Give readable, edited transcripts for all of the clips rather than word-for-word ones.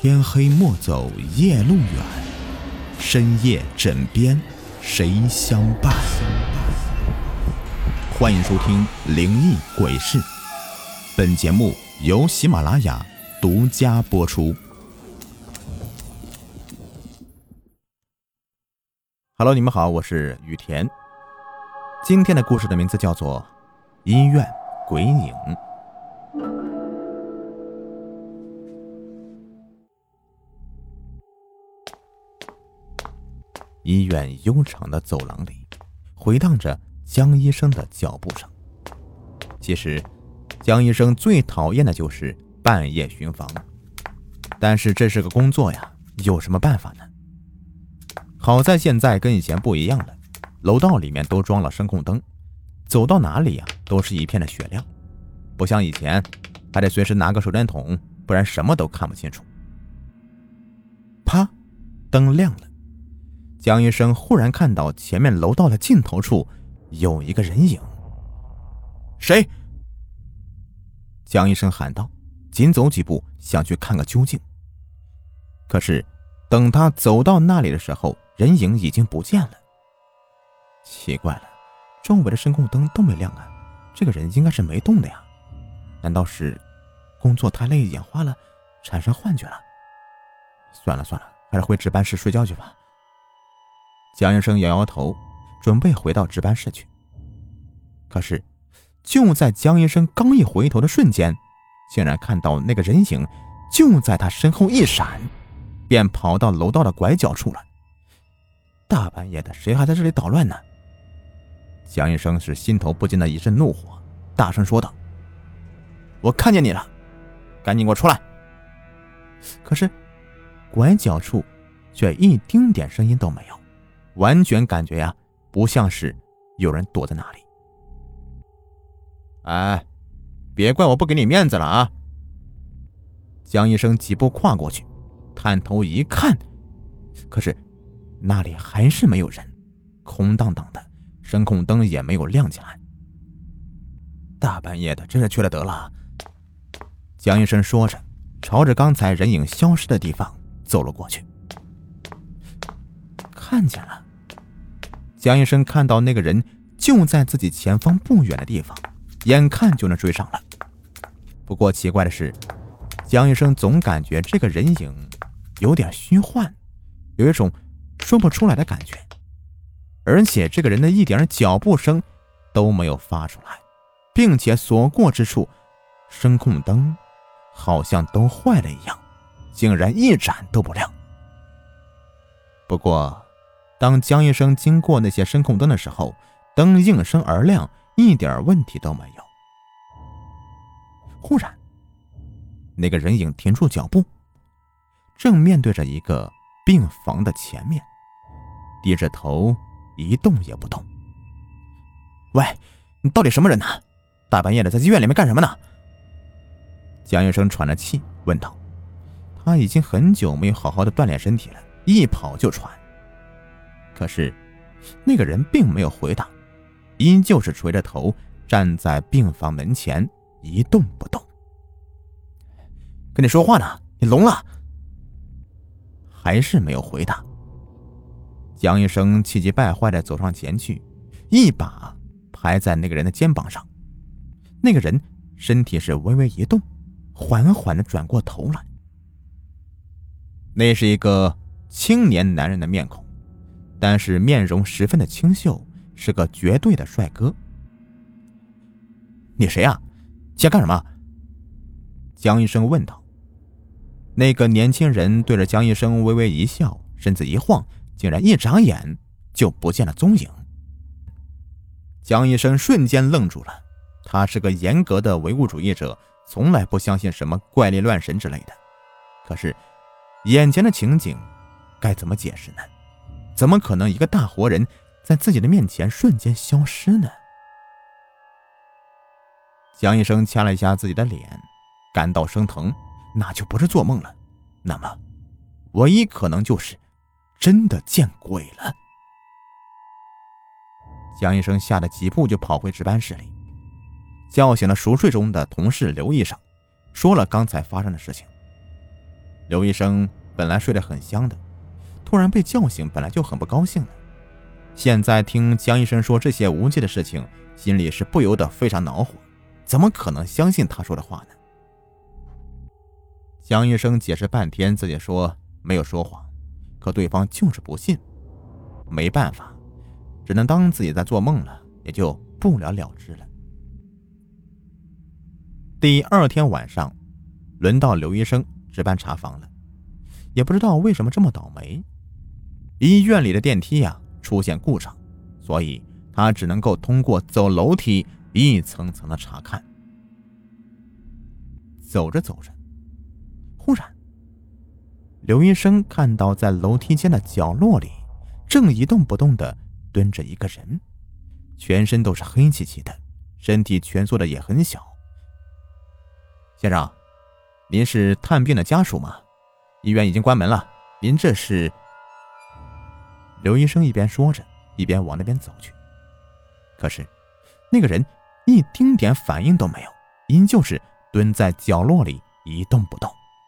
天黑莫走夜路远，深夜枕边谁相伴？欢迎收听灵异鬼事，本节目由喜马拉雅独家播出。Hello， 你们好，我是雨田。今天的故事的名字叫做《医院鬼影》。医院悠长的走廊里，回荡着江医生的脚步声。其实，江医生最讨厌的就是半夜巡房，但是这是个工作呀，有什么办法呢？好在现在跟以前不一样了，楼道里面都装了声控灯，走到哪里呀，都是一片的雪亮，不像以前还得随时拿个手电筒，不然什么都看不清楚。啪，灯亮了。江医生忽然看到前面楼道的尽头处有一个人影。谁？江医生喊道，紧走几步想去看个究竟。可是等他走到那里的时候，人影已经不见了。奇怪了，周围的声控灯都没亮啊，这个人应该是没动的呀？难道是工作太累眼花了，产生幻觉了？算了，还是回值班室睡觉去吧。江医生摇摇头，准备回到值班室去。可是就在江医生刚一回头的瞬间，竟然看到那个人影就在他身后一闪，便跑到楼道的拐角处了。大半夜的，谁还在这里捣乱呢？江医生是心头不禁的一阵怒火，大声说道：我看见你了，赶紧给我出来！可是拐角处却一丁点声音都没有，完全感觉呀，不像是有人躲在那里。哎，别怪我不给你面子了啊！江医生几步跨过去，探头一看，可是那里还是没有人，空荡荡的，声控灯也没有亮起来。大半夜的，真是缺了德了。江医生说着，朝着刚才人影消失的地方走了过去。看见了。江医生看到那个人就在自己前方不远的地方，眼看就能追上了。不过奇怪的是，江医生总感觉这个人影有点虚幻，有一种说不出来的感觉，而且这个人的一点脚步声都没有发出来，并且所过之处声控灯好像都坏了一样，竟然一盏都不亮。不过当江医生经过那些声控灯的时候，灯应声而亮，一点问题都没有。忽然那个人影停住脚步，正面对着一个病房的前面，低着头一动也不动。喂，你到底什么人呢？大半夜的在医院里面干什么呢？江医生喘着气问道。他已经很久没有好好的锻炼身体了，一跑就喘。可是那个人并没有回答，依旧是垂着头站在病房门前一动不动。跟你说话呢，你聋了？还是没有回答。江医生气急败坏地走上前去，一把拍在那个人的肩膀上。那个人身体是微微一动，缓缓地转过头来。那是一个青年男人的面孔，但是面容十分的清秀，是个绝对的帅哥。你谁啊？想干什么？江医生问道。那个年轻人对着江医生微微一笑，身子一晃，竟然一眨眼就不见了踪影。江医生瞬间愣住了，他是个严格的唯物主义者，从来不相信什么怪力乱神之类的。可是眼前的情景该怎么解释呢？怎么可能一个大活人在自己的面前瞬间消失呢？江医生掐了一下自己的脸，感到生疼，那就不是做梦了，那么唯一可能就是真的见鬼了。江医生吓得几步就跑回值班室里，叫醒了熟睡中的同事刘医生，说了刚才发生的事情。 刘医生本来睡得很香的，突然被叫醒，本来就很不高兴了。现在听江医生说这些无稽的事情，心里是不由得非常恼火，怎么可能相信他说的话呢？江医生解释半天，自己说没有说谎，可对方就是不信。没办法，只能当自己在做梦了，也就不了了之了。第二天晚上，轮到刘医生值班查房了。也不知道为什么这么倒霉，医院里的电梯出现故障，所以他只能够通过走楼梯一层层的查看。走着走着，忽然刘医生看到在楼梯间的角落里正一动不动地蹲着一个人，全身都是黑漆漆的，身体蜷缩的也很小。先生，您是探病的家属吗？医院已经关门了，您这是……刘医生一边说着，一边往那边走去。可是那个人一丁点反应都没有，依旧是蹲在角落里一动不动。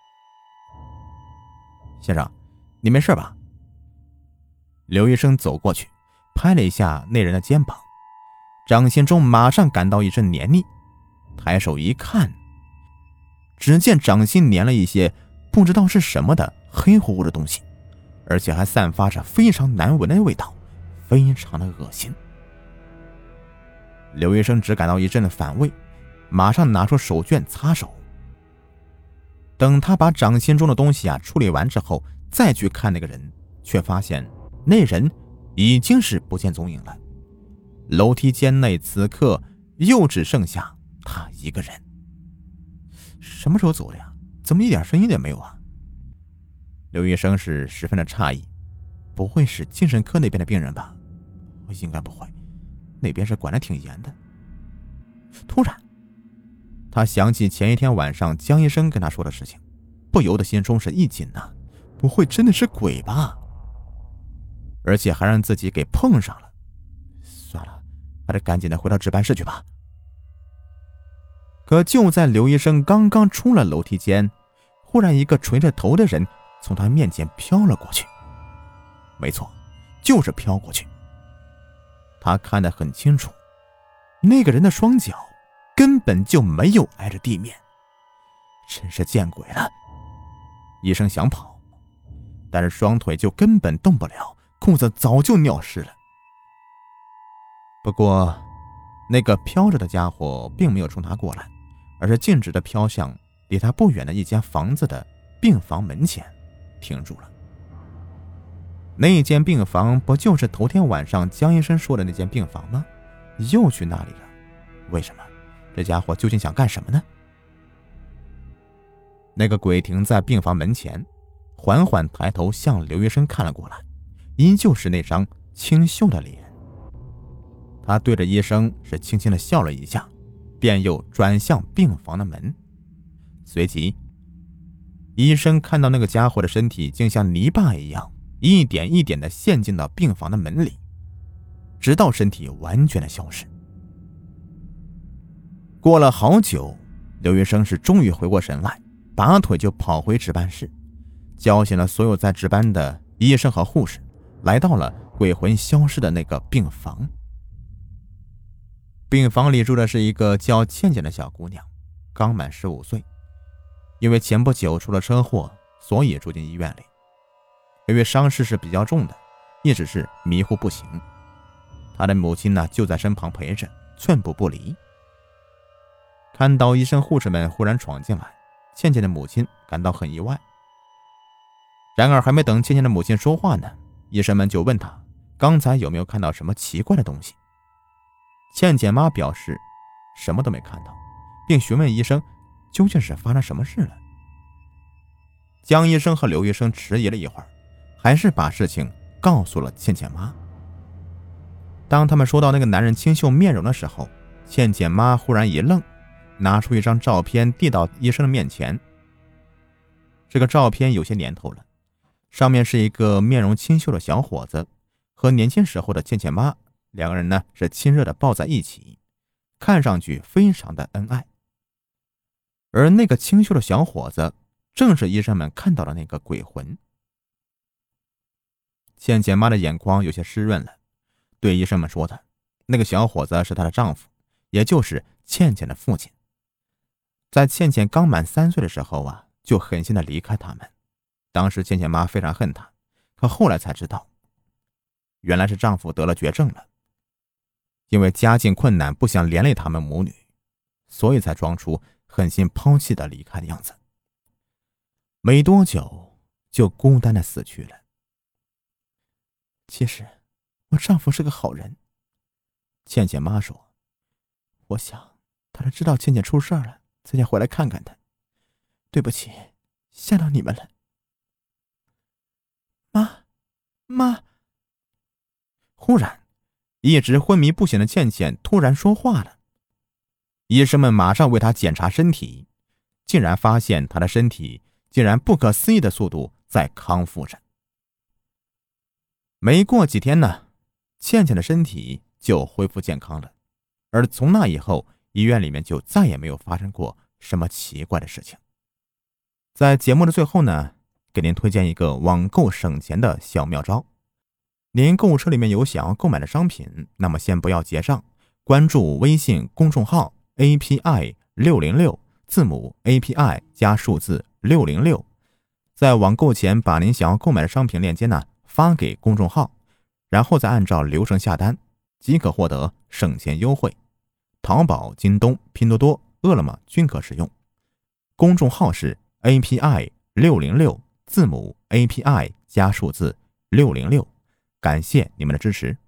先生，你没事吧？刘医生走过去，拍了一下那人的肩膀。张心中马上感到一阵黏腻，抬手一看，只见掌心粘了一些不知道是什么的黑乎乎的东西，而且还散发着非常难闻的味道，非常的恶心。刘医生只感到一阵的反胃，马上拿出手绢擦手。等他把掌心中的东西处理完之后，再去看那个人，却发现那人已经是不见踪影了。楼梯间内此刻又只剩下他一个人。什么时候走的呀？怎么一点声音也没有啊？刘医生是十分的诧异，不会是精神科那边的病人吧？应该不会，那边是管得挺严的。突然他想起前一天晚上江医生跟他说的事情，不由得心中是一紧呐，不会真的是鬼吧？而且还让自己给碰上了。算了，还是赶紧的回到值班室去吧。可就在刘医生刚刚出了楼梯间，忽然一个垂着头的人从他面前飘了过去。没错，就是飘过去。他看得很清楚，那个人的双脚根本就没有挨着地面。真是见鬼了！医生想跑，但是双腿就根本动不了，裤子早就尿湿了。不过那个飘着的家伙并没有冲他过来，而是径直地飘向离他不远的一间房子的病房门前停住了。那间病房不就是头天晚上江医生说的那间病房吗？又去那里了？为什么？这家伙究竟想干什么呢？那个鬼停在病房门前，缓缓抬头向刘医生看了过来，依旧是那张清秀的脸。他对着医生是轻轻地笑了一下，便又转向病房的门。随即医生看到那个家伙的身体竟像泥巴一样一点一点地陷进到病房的门里，直到身体完全的消失。过了好久，刘医生是终于回过神来，拔腿就跑回值班室，叫醒了所有在值班的医生和护士，来到了鬼魂消失的那个病房。病房里住的是一个叫倩倩的小姑娘，刚满15岁，因为前不久出了车祸，所以住进医院里。由于伤势是比较重的，一直是迷糊不醒。她的母亲就在身旁陪着，寸步不离。看到医生护士们忽然闯进来，倩倩的母亲感到很意外。然而还没等倩倩的母亲说话呢，医生们就问她刚才有没有看到什么奇怪的东西。倩倩妈表示什么都没看到，并询问医生究竟是发生什么事了。江医生和刘医生迟疑了一会儿，还是把事情告诉了倩倩妈。当他们说到那个男人清秀面容的时候，倩倩妈忽然一愣，拿出一张照片递到医生的面前。这个照片有些年头了，上面是一个面容清秀的小伙子和年轻时候的倩倩妈，两个人呢是亲热的抱在一起，看上去非常的恩爱。而那个清秀的小伙子正是医生们看到的那个鬼魂。倩倩妈的眼眶有些湿润了，对医生们说的，那个小伙子是她的丈夫，也就是倩倩的父亲。在倩倩刚满3岁的时候啊，就狠心的离开他们。当时倩倩妈非常恨他，可后来才知道，原来是丈夫得了绝症了。因为家境困难，不想连累他们母女，所以才装出狠心抛弃的离开的样子。没多久就孤单的死去了。其实我丈夫是个好人，倩倩妈说，我想他是知道倩倩出事了，才想回来看看她。对不起，吓到你们了。妈。忽然，一直昏迷不醒的倩倩突然说话了。医生们马上为她检查身体，竟然发现她的身体竟然不可思议的速度在康复着。没过几天呢，倩倩的身体就恢复健康了。而从那以后，医院里面就再也没有发生过什么奇怪的事情。在节目的最后呢，给您推荐一个网购省钱的小妙招。您购物车里面有想要购买的商品，那么先不要结账，关注微信公众号 API606， 字母 API 加数字606，在网购前把您想要购买的商品链接呢发给公众号，然后再按照流程下单，即可获得省钱优惠。淘宝、京东、拼多多、饿了么均可使用。公众号是 API606， 字母 API 加数字606。感谢你们的支持。